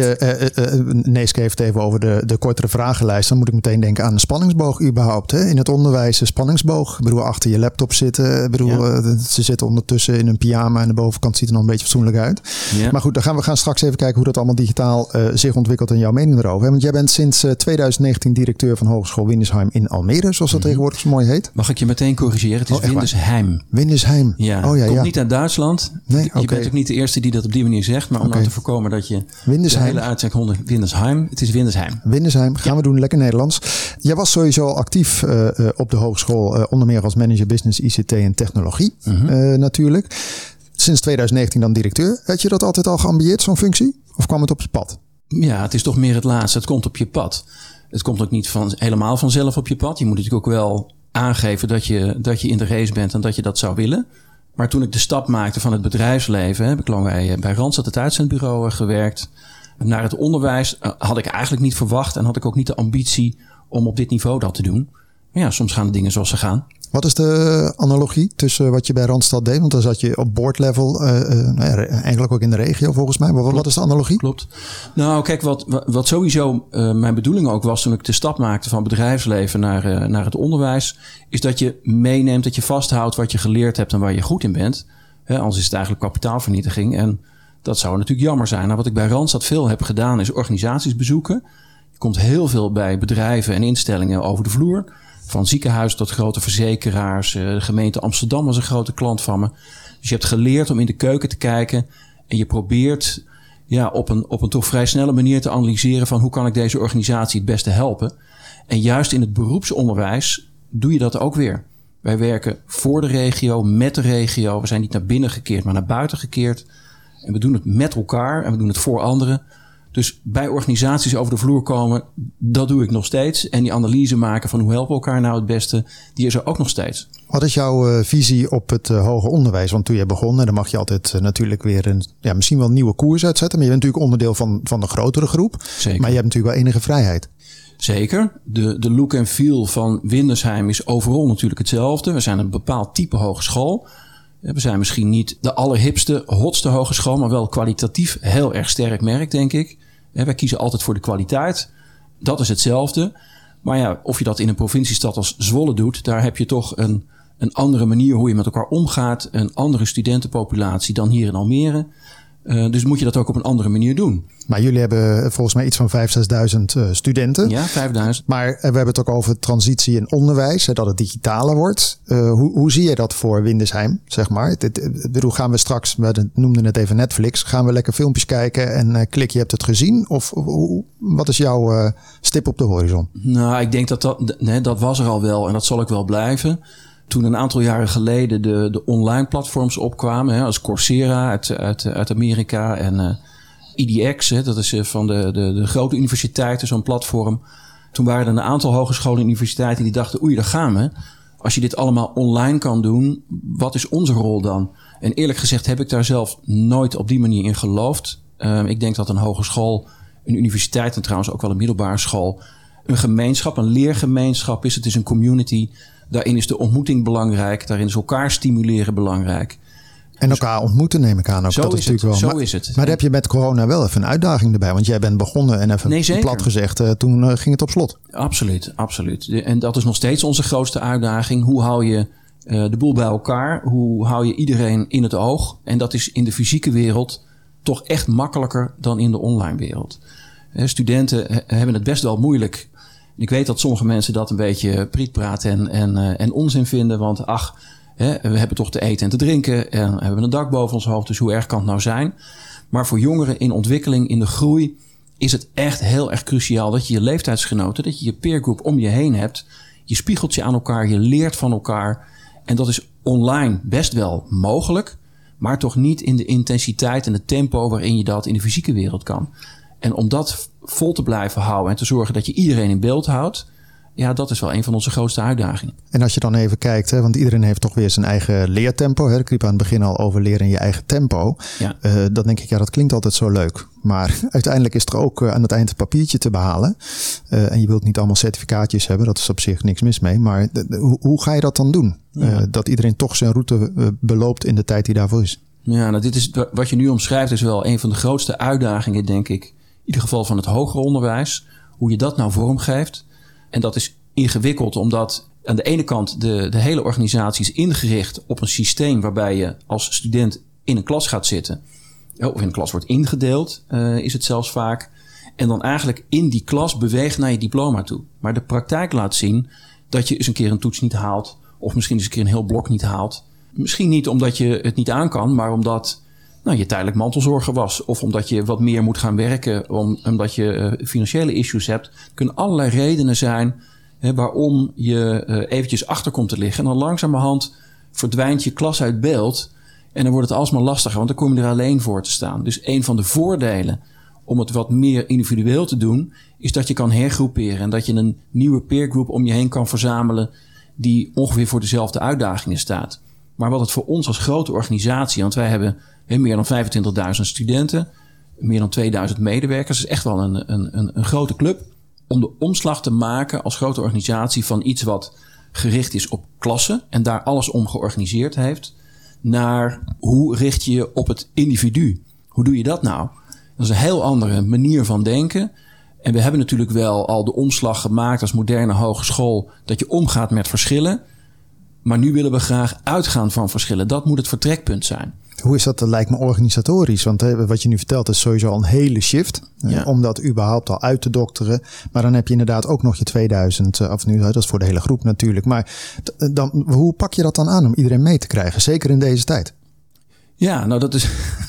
Neeske heeft het even over de kortere vragenlijst. Dan moet ik meteen denken aan een spanningsboog überhaupt. Hè? In het onderwijs een spanningsboog. Ik bedoel, achter je laptop zitten. Ik bedoel, ze zitten ondertussen in een pyjama en de bovenkant ziet er nog een beetje fatsoenlijk uit. Ja. Maar goed, we gaan straks even kijken hoe dat allemaal digitaal zich ontwikkelt en jouw mening erover. Hè? Want jij bent sinds 2019 directeur van Hogeschool Windesheim in Almere, zoals dat tegenwoordig zo mooi heet. Mag ik je meteen corrigeren? Het is Windesheim. Windesheim. Ja. Oh ja. Niet uit Duitsland. Nee, je bent ook niet de eerste die dat op die manier zegt. Maar om nou te voorkomen dat je de hele uitzending Windesheim. Het is Windesheim. Windesheim. Gaan we doen. Lekker Nederlands. Jij was sowieso actief op de hogeschool. Onder meer als manager business, ICT en technologie. Natuurlijk. Sinds 2019 dan directeur. Had je dat altijd al geambieerd, zo'n functie? Of kwam het op je pad? Ja, het is toch meer het laatste. Het komt op je pad. Het komt ook niet helemaal vanzelf op je pad. Je moet natuurlijk ook wel aangeven dat je in de race bent en dat je dat zou willen. Maar toen ik de stap maakte van het bedrijfsleven, heb ik lang bij Randstad, het uitzendbureau, gewerkt. Naar het onderwijs had ik eigenlijk niet verwacht en had ik ook niet de ambitie om op dit niveau dat te doen. Maar ja, soms gaan de dingen zoals ze gaan. Wat is de analogie tussen wat je bij Randstad deed? Want dan zat je op board level, eigenlijk ook in de regio volgens mij. Maar wat is de analogie? Klopt. Nou kijk, wat sowieso mijn bedoeling ook was toen ik de stap maakte van bedrijfsleven naar het onderwijs, is dat je meeneemt, dat je vasthoudt wat je geleerd hebt en waar je goed in bent. Anders is het eigenlijk kapitaalvernietiging en dat zou natuurlijk jammer zijn. Nou, wat ik bij Randstad veel heb gedaan is organisaties bezoeken. Je komt heel veel bij bedrijven en instellingen over de vloer. Van ziekenhuis tot grote verzekeraars. De gemeente Amsterdam was een grote klant van me. Dus je hebt geleerd om in de keuken te kijken. En je probeert op een toch vrij snelle manier te analyseren van hoe kan ik deze organisatie het beste helpen. En juist in het beroepsonderwijs doe je dat ook weer. Wij werken voor de regio, met de regio. We zijn niet naar binnen gekeerd, maar naar buiten gekeerd. En we doen het met elkaar en we doen het voor anderen. Dus bij organisaties over de vloer komen, dat doe ik nog steeds. En die analyse maken van hoe helpen we elkaar nou het beste, die is er ook nog steeds. Wat is jouw visie op het hoger onderwijs? Want toen je begon, dan mag je altijd natuurlijk weer misschien wel een nieuwe koers uitzetten. Maar je bent natuurlijk onderdeel van de grotere groep. Zeker. Maar je hebt natuurlijk wel enige vrijheid. Zeker. De look en feel van Windesheim is overal natuurlijk hetzelfde. We zijn een bepaald type hogeschool. We zijn misschien niet de allerhipste, hotste hogeschool, maar wel kwalitatief heel erg sterk merk, denk ik. Wij kiezen altijd voor de kwaliteit. Dat is hetzelfde. Maar ja, of je dat in een provinciestad als Zwolle doet, daar heb je toch een andere manier hoe je met elkaar omgaat. Een andere studentenpopulatie dan hier in Almere. Dus moet je dat ook op een andere manier doen. Maar jullie hebben volgens mij iets van 5.000-6.000 studenten. Ja, 5.000. Maar we hebben het ook over transitie in onderwijs, dat het digitaler wordt. Hoe zie je dat voor Windesheim, zeg maar? Gaan we straks, we noemden het even Netflix, gaan we lekker filmpjes kijken en klik je hebt het gezien? Of wat is jouw stip op de horizon? Nou, ik denk dat was er al wel en dat zal ook wel blijven. Toen een aantal jaren geleden de online platforms opkwamen, als Coursera uit Amerika en EDX, dat is van de grote universiteiten, zo'n platform. Toen waren er een aantal hogescholen en universiteiten die dachten, oei, daar gaan we. Als je dit allemaal online kan doen, wat is onze rol dan? En eerlijk gezegd heb ik daar zelf nooit op die manier in geloofd. Ik denk dat een hogeschool, een universiteit en trouwens ook wel een middelbare school, een gemeenschap, een leergemeenschap is. Het is een community. Daarin is de ontmoeting belangrijk. Daarin is elkaar stimuleren belangrijk. En elkaar ontmoeten neem ik aan ook. Zo dat is natuurlijk wel. Zo is het. Maar daar heb je met corona wel even een uitdaging erbij. Want jij bent begonnen en even plat gezegd, toen ging het op slot. Absoluut, absoluut. En dat is nog steeds onze grootste uitdaging. Hoe hou je de boel bij elkaar? Hoe hou je iedereen in het oog? En dat is in de fysieke wereld toch echt makkelijker dan in de online wereld. Studenten hebben het best wel moeilijk. Ik weet dat sommige mensen dat een beetje prietpraat en onzin vinden. Want we hebben toch te eten en te drinken. En we hebben een dak boven ons hoofd. Dus hoe erg kan het nou zijn? Maar voor jongeren in ontwikkeling, in de groei, is het echt heel erg cruciaal dat je je leeftijdsgenoten, dat je je peergroep om je heen hebt. Je spiegelt je aan elkaar, je leert van elkaar. En dat is online best wel mogelijk. maar toch niet in de intensiteit en het tempo waarin je dat in de fysieke wereld kan. En om dat vol te blijven houden en te zorgen dat je iedereen in beeld houdt, ja, dat is wel een van onze grootste uitdagingen. En als je dan even kijkt, want iedereen heeft toch weer zijn eigen leertempo. Ik riep aan het begin al over leren in je eigen tempo. Ja. Dan denk ik, dat klinkt altijd zo leuk. Maar uiteindelijk is er ook aan het eind een papiertje te behalen. En je wilt niet allemaal certificaatjes hebben. Dat is op zich niks mis mee. Maar hoe ga je dat dan doen? Ja. Dat iedereen toch zijn route beloopt in de tijd die daarvoor is. Ja, nou, dit is wat je nu omschrijft is wel een van de grootste uitdagingen, denk ik. In ieder geval van het hoger onderwijs. Hoe je dat nou vormgeeft. En dat is ingewikkeld omdat aan de ene kant de hele organisatie is ingericht op een systeem waarbij je als student in een klas gaat zitten. Of in een klas wordt ingedeeld, is het zelfs vaak. En dan eigenlijk in die klas beweegt naar je diploma toe. Maar de praktijk laat zien dat je eens een keer een toets niet haalt. Of misschien eens een keer een heel blok niet haalt. Misschien niet omdat je het niet aan kan, maar omdat je tijdelijk mantelzorger was. Of omdat je wat meer moet gaan werken, omdat je financiële issues hebt. Er kunnen allerlei redenen zijn waarom je eventjes achter komt te liggen. En dan langzamerhand verdwijnt je klas uit beeld. En dan wordt het alsmaar lastiger, want dan kom je er alleen voor te staan. Dus een van de voordelen om het wat meer individueel te doen, is dat je kan hergroeperen. En dat je een nieuwe peergroep om je heen kan verzamelen die ongeveer voor dezelfde uitdagingen staat. Maar wat het voor ons als grote organisatie, want wij hebben meer dan 25.000 studenten, meer dan 2000 medewerkers. Dat is echt wel een grote club. Om de omslag te maken als grote organisatie van iets wat gericht is op klassen en daar alles om georganiseerd heeft, naar hoe richt je je op het individu? Hoe doe je dat nou? Dat is een heel andere manier van denken. En we hebben natuurlijk wel al de omslag gemaakt als moderne hogeschool dat je omgaat met verschillen. Maar nu willen we graag uitgaan van verschillen. Dat moet het vertrekpunt zijn. Hoe is dat, lijkt me, organisatorisch? Want wat je nu vertelt is sowieso al een hele shift. Ja. Om dat überhaupt al uit te dokteren. Maar dan heb je inderdaad ook nog je 2000. Of nu, dat is voor de hele groep natuurlijk. Maar hoe pak je dat dan aan om iedereen mee te krijgen? Zeker in deze tijd. Ja, nou dat is...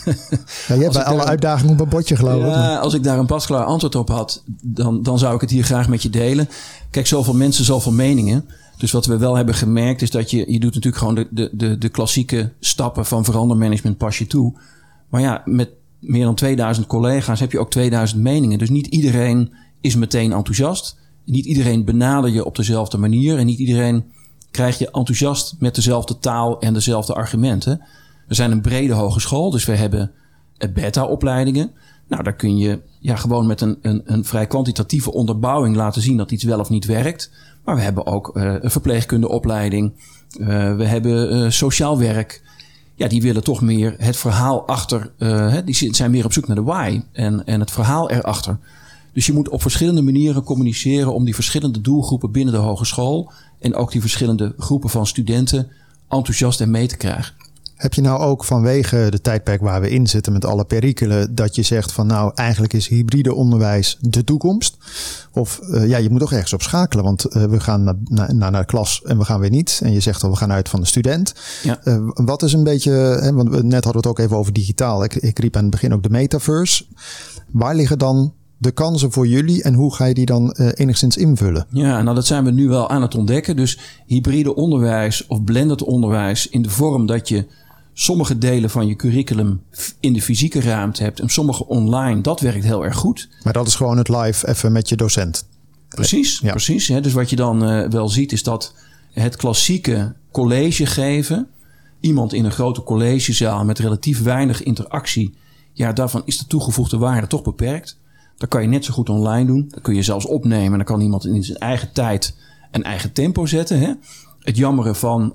Ja, je hebt bij alle uitdagingen op een bordje, geloof ik. Ja, als ik daar een pasklaar antwoord op had, dan zou ik het hier graag met je delen. Kijk, zoveel mensen, zoveel meningen. Dus wat we wel hebben gemerkt is dat je doet natuurlijk gewoon de klassieke stappen van verandermanagement pas je toe. Maar ja, met meer dan 2000 collega's heb je ook 2000 meningen. Dus niet iedereen is meteen enthousiast. Niet iedereen benader je op dezelfde manier. En niet iedereen krijg je enthousiast met dezelfde taal en dezelfde argumenten. We zijn een brede hogeschool, dus we hebben beta-opleidingen. Nou, daar kun je gewoon met een vrij kwantitatieve onderbouwing laten zien dat iets wel of niet werkt. Maar we hebben ook een verpleegkundeopleiding. We hebben sociaal werk. Ja, die willen toch meer het verhaal achter. Die zijn meer op zoek naar de why en het verhaal erachter. Dus je moet op verschillende manieren communiceren om die verschillende doelgroepen binnen de hogeschool en ook die verschillende groepen van studenten enthousiast en mee te krijgen. Heb je nou ook vanwege de tijdperk waar we in zitten met alle perikelen, dat je zegt van nou eigenlijk is hybride onderwijs de toekomst? Of je moet toch ergens op schakelen, want we gaan naar de klas en we gaan weer niet. En je zegt al we gaan uit van de student. Ja. Wat is een beetje, want net hadden we het ook even over digitaal. Ik riep aan het begin ook de metaverse. Waar liggen dan de kansen voor jullie en hoe ga je die dan enigszins invullen? Ja, nou dat zijn we nu wel aan het ontdekken. Dus hybride onderwijs of blended onderwijs in de vorm dat je sommige delen van je curriculum in de fysieke ruimte hebt en sommige online, dat werkt heel erg goed. Maar dat is gewoon het live even met je docent. Precies, ja. Precies. Hè? Dus wat je dan wel ziet is dat het klassieke college geven, iemand in een grote collegezaal met relatief weinig interactie, ja, daarvan is de toegevoegde waarde toch beperkt. Dat kan je net zo goed online doen. Dat kun je zelfs opnemen. Dan kan iemand in zijn eigen tijd en eigen tempo zetten. Hè? Het jammere van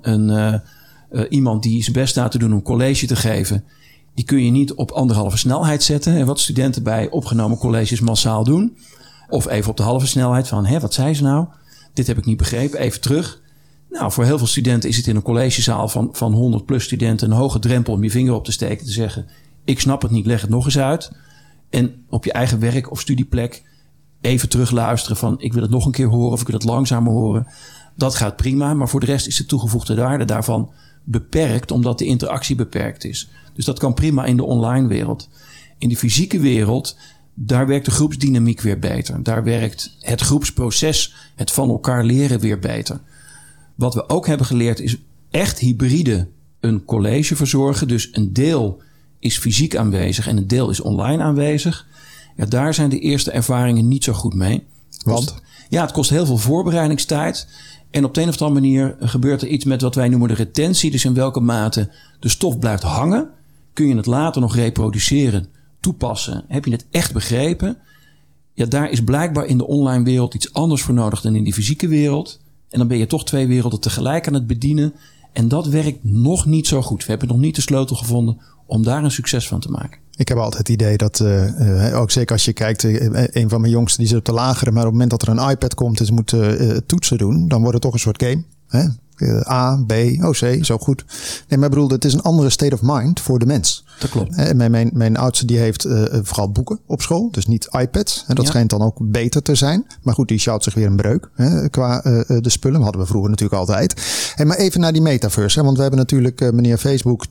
iemand die zijn best staat te doen om college te geven, die kun je niet op 1,5 snelheid zetten. En wat studenten bij opgenomen colleges massaal doen. Of even op de halve snelheid van, wat zei ze nou? Dit heb ik niet begrepen. Even terug. Nou, voor heel veel studenten is het in een collegezaal van 100 plus studenten een hoge drempel om je vinger op te steken. Te zeggen, ik snap het niet, leg het nog eens uit. En op je eigen werk of studieplek even terugluisteren van, ik wil het nog een keer horen of ik wil het langzamer horen. Dat gaat prima, maar voor de rest is de toegevoegde waarde daarvan beperkt, omdat de interactie beperkt is. Dus dat kan prima in de online wereld. In de fysieke wereld, daar werkt de groepsdynamiek weer beter. Daar werkt het groepsproces, het van elkaar leren weer beter. Wat we ook hebben geleerd is echt hybride een college verzorgen. Dus een deel is fysiek aanwezig en een deel is online aanwezig. Ja, daar zijn de eerste ervaringen niet zo goed mee. Want? Ja, het kost heel veel voorbereidingstijd. En op de een of andere manier gebeurt er iets met wat wij noemen de retentie. Dus in welke mate de stof blijft hangen. Kun je het later nog reproduceren, toepassen? Heb je het echt begrepen? Ja, daar is blijkbaar in de online wereld iets anders voor nodig dan in die fysieke wereld. En dan ben je toch 2 werelden tegelijk aan het bedienen. En dat werkt nog niet zo goed. We hebben nog niet de sleutel gevonden om daar een succes van te maken. Ik heb altijd het idee dat, ook zeker als je kijkt, een van mijn jongsten die zit op de lagere, maar op het moment dat er een iPad komt en ze moeten toetsen doen, dan wordt het toch een soort game. Hè? A, B, C, zo goed. Nee, maar ik bedoel, het is een andere state of mind voor de mens. Dat klopt. Mijn oudste die heeft vooral boeken op school, dus niet iPads. En dat schijnt dan ook beter te zijn. Maar goed, die sjouwt zich weer een breuk qua de spullen. Dat hadden we vroeger natuurlijk altijd. Maar even naar die metaverse. Want we hebben natuurlijk meneer Facebook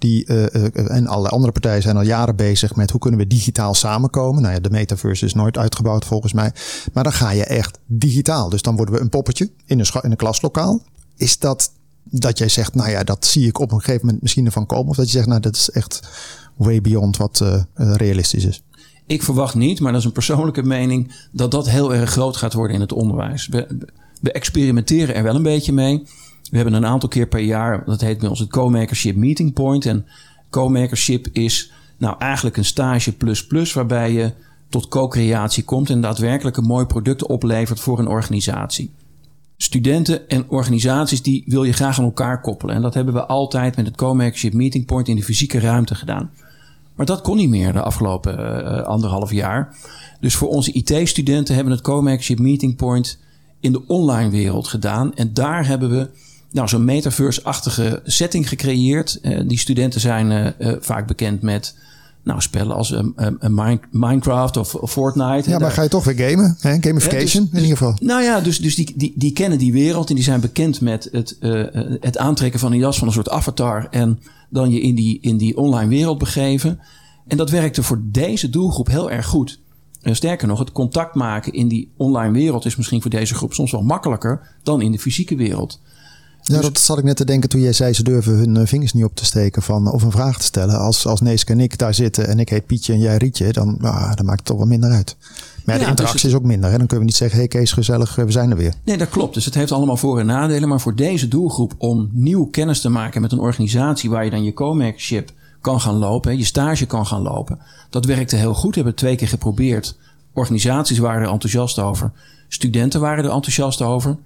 en allerlei andere partijen zijn al jaren bezig met hoe kunnen we digitaal samenkomen. Nou ja, de metaverse is nooit uitgebouwd volgens mij. Maar dan ga je echt digitaal. Dus dan worden we een poppetje in een klaslokaal. Is dat jij zegt, nou ja, dat zie ik op een gegeven moment misschien ervan komen? Of dat je zegt, nou, dat is echt way beyond wat realistisch is? Ik verwacht niet, maar dat is een persoonlijke mening, dat heel erg groot gaat worden in het onderwijs. We experimenteren er wel een beetje mee. We hebben een aantal keer per jaar, dat heet bij ons het Co-Makership Meeting Point. En Co-Makership is nou eigenlijk een stage plus, waarbij je tot co-creatie komt en daadwerkelijk een mooi product oplevert voor een organisatie. Studenten en organisaties die wil je graag aan elkaar koppelen. En dat hebben we altijd met het Co-Makership Meeting Point in de fysieke ruimte gedaan. Maar dat kon niet meer de afgelopen 1,5 jaar. Dus voor onze IT-studenten hebben we het Co-Makership Meeting Point in de online wereld gedaan. En daar hebben we zo'n metaverse-achtige setting gecreëerd. Die studenten zijn vaak bekend met spellen als Minecraft of Fortnite. Ja, maar ga je toch weer gamen? Hè? Gamification in ieder geval. Nou ja, dus die kennen die wereld en die zijn bekend met het aantrekken van een jas van een soort avatar en dan je in die online wereld begeven. En dat werkte voor deze doelgroep heel erg goed. Sterker nog, het contact maken in die online wereld is misschien voor deze groep soms wel makkelijker dan in de fysieke wereld. Ja, dat zat ik net te denken toen jij zei ze durven hun vingers niet op te steken of een vraag te stellen. Als Neeske en ik daar zitten en ik heet Pietje en jij Rietje, dan maakt het toch wel minder uit. Maar de interactie is ook minder. Hè? Dan kunnen we niet zeggen, hey Kees, gezellig, we zijn er weer. Nee, dat klopt. Dus het heeft allemaal voor- en nadelen. Maar voor deze doelgroep om nieuw kennis te maken met een organisatie waar je dan je co-makership kan gaan lopen, je stage kan gaan lopen. Dat werkte heel goed. We hebben het 2 keer geprobeerd. Organisaties waren er enthousiast over. Studenten waren er enthousiast over.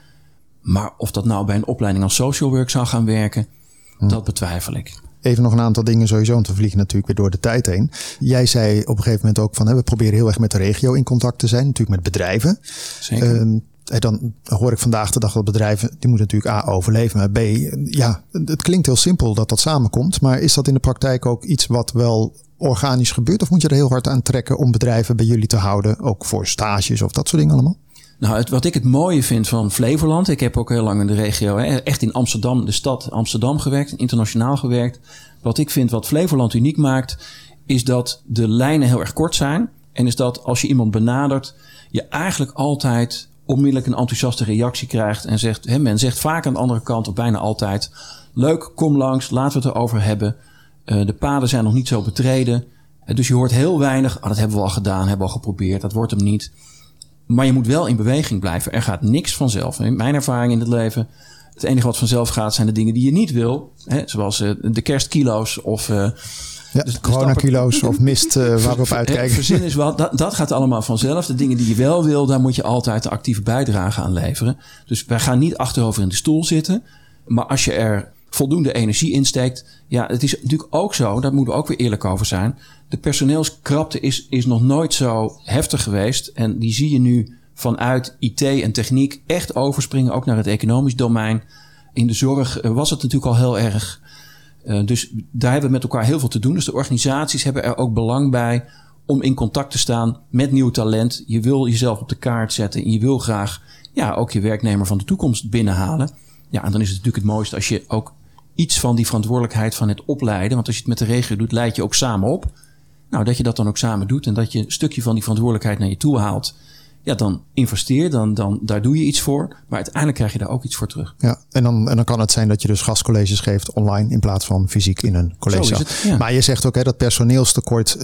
Maar of dat nou bij een opleiding als social work zou gaan werken, dat betwijfel ik. Even nog een aantal dingen sowieso, want we vliegen natuurlijk weer door de tijd heen. Jij zei op een gegeven moment ook van, we proberen heel erg met de regio in contact te zijn. Natuurlijk met bedrijven. Zeker. Dan hoor ik vandaag de dag dat bedrijven, die moeten natuurlijk A, overleven. Maar B, ja, het klinkt heel simpel dat samenkomt. Maar is dat in de praktijk ook iets wat wel organisch gebeurt? Of moet je er heel hard aan trekken om bedrijven bij jullie te houden? Ook voor stages of dat soort dingen allemaal? Nou, wat ik het mooie vind van Flevoland. Ik heb ook heel lang in de regio, echt in Amsterdam, de stad Amsterdam gewerkt. Internationaal gewerkt. Wat ik vind wat Flevoland uniek maakt, is dat de lijnen heel erg kort zijn. En is dat als je iemand benadert, je eigenlijk altijd onmiddellijk een enthousiaste reactie krijgt. En zegt, men zegt vaak aan de andere kant, of bijna altijd, leuk, kom langs, laten we het erover hebben. De paden zijn nog niet zo betreden. Dus je hoort heel weinig, dat hebben we al gedaan, hebben we al geprobeerd, dat wordt hem niet. Maar je moet wel in beweging blijven. Er gaat niks vanzelf. Mijn ervaring in het leven, het enige wat vanzelf gaat zijn de dingen die je niet wil. Zoals de kerstkilo's of de coronakilo's of mist waar we op uitkijken. Verzin is wel, dat gaat allemaal vanzelf. De dingen die je wel wil, daar moet je altijd de actieve bijdrage aan leveren. Dus wij gaan niet achterover in de stoel zitten. Maar als je er voldoende energie insteekt. Ja, het is natuurlijk ook zo, daar moeten we ook weer eerlijk over zijn. De personeelskrapte is nog nooit zo heftig geweest. En die zie je nu vanuit IT en techniek echt overspringen. Ook naar het economisch domein. In de zorg was het natuurlijk al heel erg. Dus daar hebben we met elkaar heel veel te doen. Dus de organisaties hebben er ook belang bij om in contact te staan met nieuw talent. Je wil jezelf op de kaart zetten. En je wil graag ook je werknemer van de toekomst binnenhalen. Ja, en dan is het natuurlijk het mooiste als je ook iets van die verantwoordelijkheid van het opleiden. Want als je het met de regio doet, leid je ook samen op. Nou, dat je dat dan ook samen doet en dat je een stukje van die verantwoordelijkheid naar je toe haalt. ja, dan investeer, dan daar doe je iets voor. Maar uiteindelijk krijg je daar ook iets voor terug. Ja, en dan kan het zijn dat je dus gastcolleges geeft online in plaats van fysiek in een college. Zo is het, ja. Maar je zegt ook dat personeelstekort.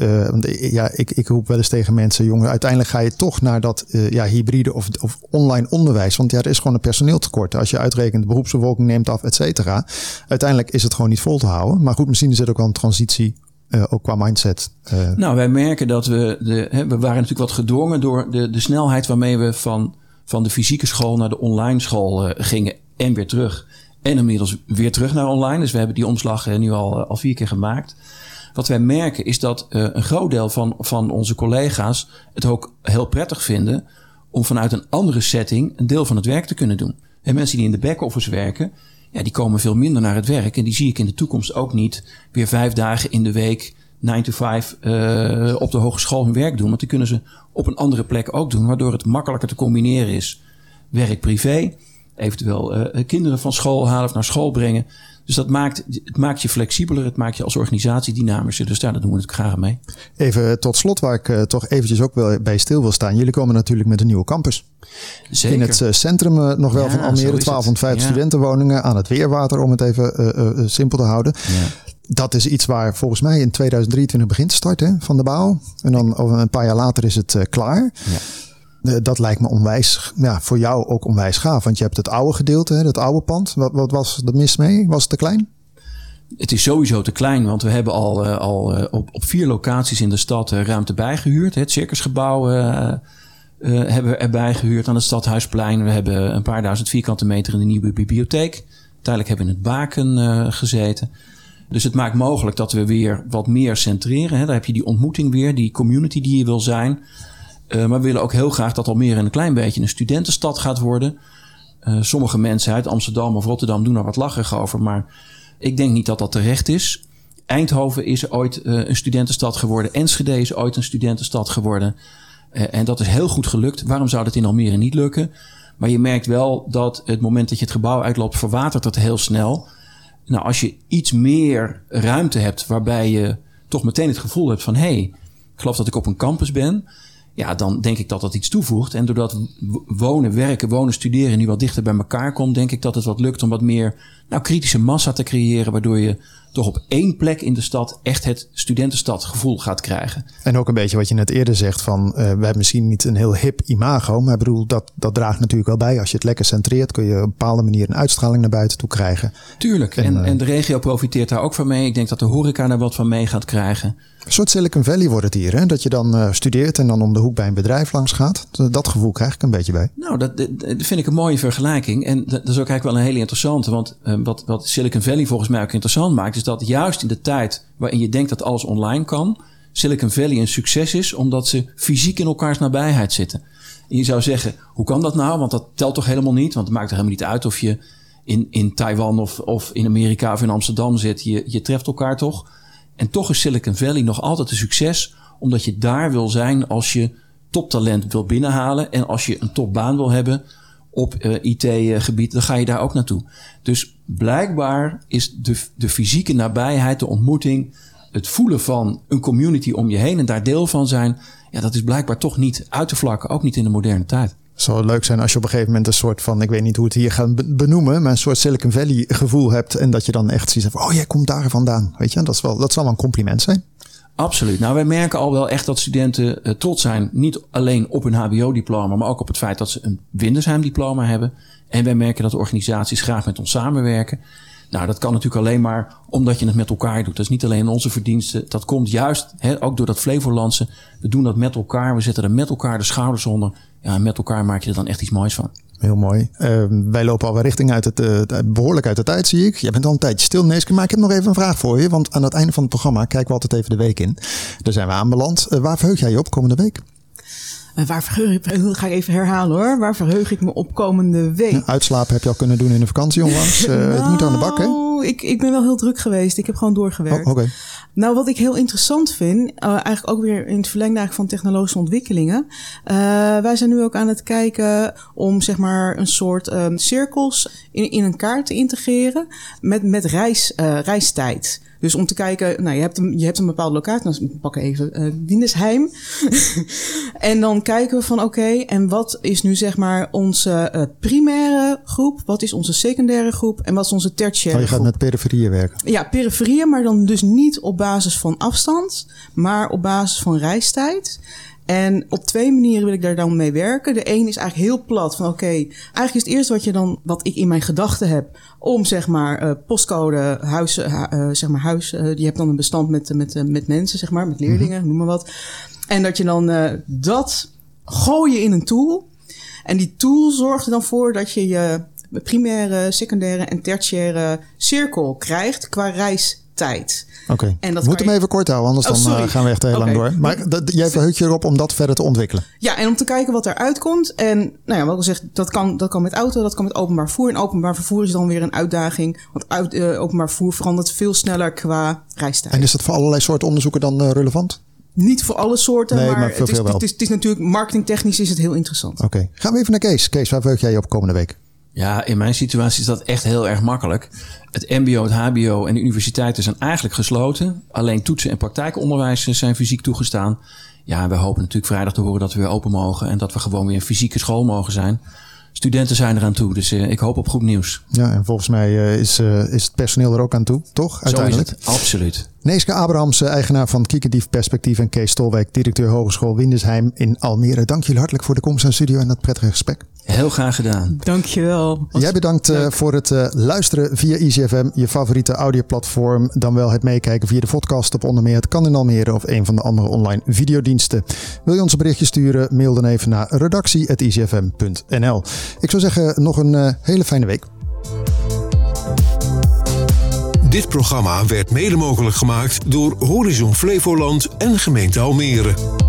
Ik roep wel eens tegen mensen, jongen, uiteindelijk ga je toch naar dat hybride of online onderwijs. Want er is gewoon een personeeltekort. Als je uitrekent, de beroepsbevolking neemt af, et cetera. Uiteindelijk is het gewoon niet vol te houden. Maar goed, misschien is het ook wel een transitie. Ook qua mindset. Nou, wij merken dat we waren natuurlijk wat gedwongen door de snelheid waarmee we van de fysieke school naar de online school gingen en weer terug. En inmiddels weer terug naar online. Dus we hebben die omslag nu al 4 keer gemaakt. Wat wij merken is dat een groot deel van onze collega's het ook heel prettig vinden om vanuit een andere setting een deel van het werk te kunnen doen. En mensen die in de back-office werken, ja, die komen veel minder naar het werk. En die zie ik in de toekomst ook niet weer 5 dagen in de week 9 to 5 op de hogeschool hun werk doen. Want die kunnen ze op een andere plek ook doen. Waardoor het makkelijker te combineren is. Werk-privé. Eventueel kinderen van school halen of naar school brengen. Dus het maakt je flexibeler. Het maakt je als organisatie dynamischer. Dus daar doen we het graag mee. Even tot slot, waar ik toch eventjes ook wel bij stil wil staan. Jullie komen natuurlijk met een nieuwe campus. Zeker. In het centrum nog wel van Almere. 1250 studentenwoningen aan het Weerwater. Om het even simpel te houden. Ja. Dat is iets waar volgens mij in 2023 begint te starten van de bouw. En dan over een paar jaar later is het klaar. Ja. Dat lijkt me onwijs, voor jou ook onwijs gaaf. Want je hebt het oude gedeelte, het oude pand. Wat was er mis mee? Was het te klein? Het is sowieso te klein, want we hebben al op 4 locaties in de stad ruimte bijgehuurd. Het circusgebouw hebben we erbij gehuurd aan het Stadhuisplein. We hebben een paar duizend vierkante meter in de nieuwe bibliotheek. Uiteindelijk hebben we in het Baken gezeten. Dus het maakt mogelijk dat we weer wat meer centreren. Daar heb je die ontmoeting weer, die community die je wil zijn. Maar we willen ook heel graag dat Almere een klein beetje een studentenstad gaat worden. Sommige mensen uit Amsterdam of Rotterdam doen er wat lacherig over. Maar ik denk niet dat dat terecht is. Eindhoven is ooit een studentenstad geworden. Enschede is ooit een studentenstad geworden. En dat is heel goed gelukt. Waarom zou dat in Almere niet lukken? Maar je merkt wel dat het moment dat je het gebouw uitloopt, verwatert het heel snel. Nou, als je iets meer ruimte hebt waarbij je toch meteen het gevoel hebt van hey, ik geloof dat ik op een campus ben. Ja, dan denk ik dat dat iets toevoegt. En doordat wonen, werken, wonen, studeren nu wat dichter bij elkaar komt, denk ik dat het wat lukt om wat meer kritische massa te creëren, waardoor je toch op 1 plek in de stad echt het studentenstadgevoel gaat krijgen. En ook een beetje wat je net eerder zegt van we hebben misschien niet een heel hip imago, maar ik bedoel dat draagt natuurlijk wel bij. Als je het lekker centreert, kun je op een bepaalde manier een uitstraling naar buiten toe krijgen. Tuurlijk. En de regio profiteert daar ook van mee. Ik denk dat de horeca daar wat van mee gaat krijgen. Een soort Silicon Valley wordt het hier, hè? Dat je dan studeert en dan om de hoek bij een bedrijf langs gaat. Dat gevoel krijg ik een beetje bij. Nou, dat vind ik een mooie vergelijking. En dat is ook eigenlijk wel een hele interessante. Want wat Silicon Valley volgens mij ook interessant maakt, is dat juist in de tijd waarin je denkt dat alles online kan, Silicon Valley een succes is, omdat ze fysiek in elkaars nabijheid zitten. En je zou zeggen, hoe kan dat nou? Want dat telt toch helemaal niet? Want het maakt er helemaal niet uit of je in Taiwan of in Amerika of in Amsterdam zit. Je treft elkaar toch. En toch is Silicon Valley nog altijd een succes, omdat je daar wil zijn als je toptalent wil binnenhalen. En als je een topbaan wil hebben op IT-gebied, dan ga je daar ook naartoe. Dus blijkbaar is de fysieke nabijheid, de ontmoeting, het voelen van een community om je heen en daar deel van zijn, ja, dat is blijkbaar toch niet uit te vlakken, ook niet in de moderne tijd. Het zou leuk zijn als je op een gegeven moment een soort van, ik weet niet hoe het hier gaat benoemen, maar een soort Silicon Valley gevoel hebt en dat je dan echt ziet van, oh, jij komt daar vandaan. Weet je, dat zal wel een compliment zijn. Absoluut. Nou, wij merken al wel echt dat studenten trots zijn. Niet alleen op hun HBO-diploma, maar ook op het feit dat ze een Windesheim-diploma hebben. En wij merken dat de organisaties graag met ons samenwerken. Nou, dat kan natuurlijk alleen maar omdat je het met elkaar doet. Dat is niet alleen onze verdiensten. Dat komt juist ook door dat Flevolandse. We doen dat met elkaar. We zetten er met elkaar de schouders onder. Ja, en met elkaar maak je er dan echt iets moois van. Heel mooi. Wij lopen alweer richting behoorlijk uit de tijd, zie ik. Jij bent al een tijdje stil, Neeske, maar ik heb nog even een vraag voor je. Want aan het einde van het programma kijken we altijd even de week in. Daar zijn we aanbeland. Waar verheug jij je op komende week? Ga ik even herhalen hoor. Waar verheug ik me op komende week? Ja, uitslapen heb je al kunnen doen in de vakantie onlangs. Het moet aan de bak, hè? Ik ben wel heel druk geweest. Ik heb gewoon doorgewerkt. Oh, okay. Nou, wat ik heel interessant vind, eigenlijk ook weer in het verlengde van technologische ontwikkelingen. Wij zijn nu ook aan het kijken om zeg maar een soort cirkels in een kaart te integreren met reistijd. Dus om te kijken, nou, je hebt een bepaalde locatie. Nou, we pakken even Windesheim. En dan kijken we van oké, en wat is nu zeg maar onze primaire groep? Wat is onze secundaire groep? En wat is onze tertiaire groep? Je gaat met periferieën werken. Ja, periferieën, maar dan dus niet op basis van afstand, maar op basis van reistijd. En op 2 manieren wil ik daar dan mee werken. De een is eigenlijk heel plat van oké, eigenlijk is het eerste wat ik in mijn gedachten heb om zeg maar postcode, huis, je hebt dan een bestand met mensen, zeg maar, met leerlingen, noem maar wat. En dat je dan dat gooien in een tool. En die tool zorgt er dan voor dat je je primaire, secundaire en tertiaire cirkel krijgt qua reistijd. Oké, we moeten hem even kort houden, anders dan gaan we echt heel lang door. Maar jij verheugt je erop om dat verder te ontwikkelen. Ja, en om te kijken wat eruit komt. En nou ja, wat ik al zeg, dat kan met auto, dat kan met openbaar vervoer. En openbaar vervoer is dan weer een uitdaging. Want openbaar vervoer verandert veel sneller qua reistijd. En is dat voor allerlei soorten onderzoeken dan relevant? Niet voor alle soorten, nee, maar het is natuurlijk marketingtechnisch is het heel interessant. Oké, gaan we even naar Kees. Kees, waar verheug jij je op komende week? Ja, in mijn situatie is dat echt heel erg makkelijk. Het mbo, het hbo en de universiteiten zijn eigenlijk gesloten. Alleen toetsen en praktijkonderwijs zijn fysiek toegestaan. Ja, we hopen natuurlijk vrijdag te horen dat we weer open mogen en dat we gewoon weer een fysieke school mogen zijn. Studenten zijn eraan toe, dus ik hoop op goed nieuws. Ja, en volgens mij is het personeel er ook aan toe, toch? Uiteindelijk. Zo is het, absoluut. Neeske Abrahams, eigenaar van Kiekendief Perspectief en Kees Stolwijk, directeur Hogeschool Windesheim in Almere. Dank jullie hartelijk voor de komst aan de studio en het prettige gesprek. Heel graag gedaan. Dankjewel. Jij bedankt voor het luisteren via EasyFM, je favoriete audioplatform. Dan wel het meekijken via de podcast op onder meer Het Kan in Almere of een van de andere online videodiensten. Wil je ons een berichtje sturen? Mail dan even naar redactie@easyfm.nl. Ik zou zeggen, nog een hele fijne week. Dit programma werd mede mogelijk gemaakt door Horizon Flevoland en gemeente Almere.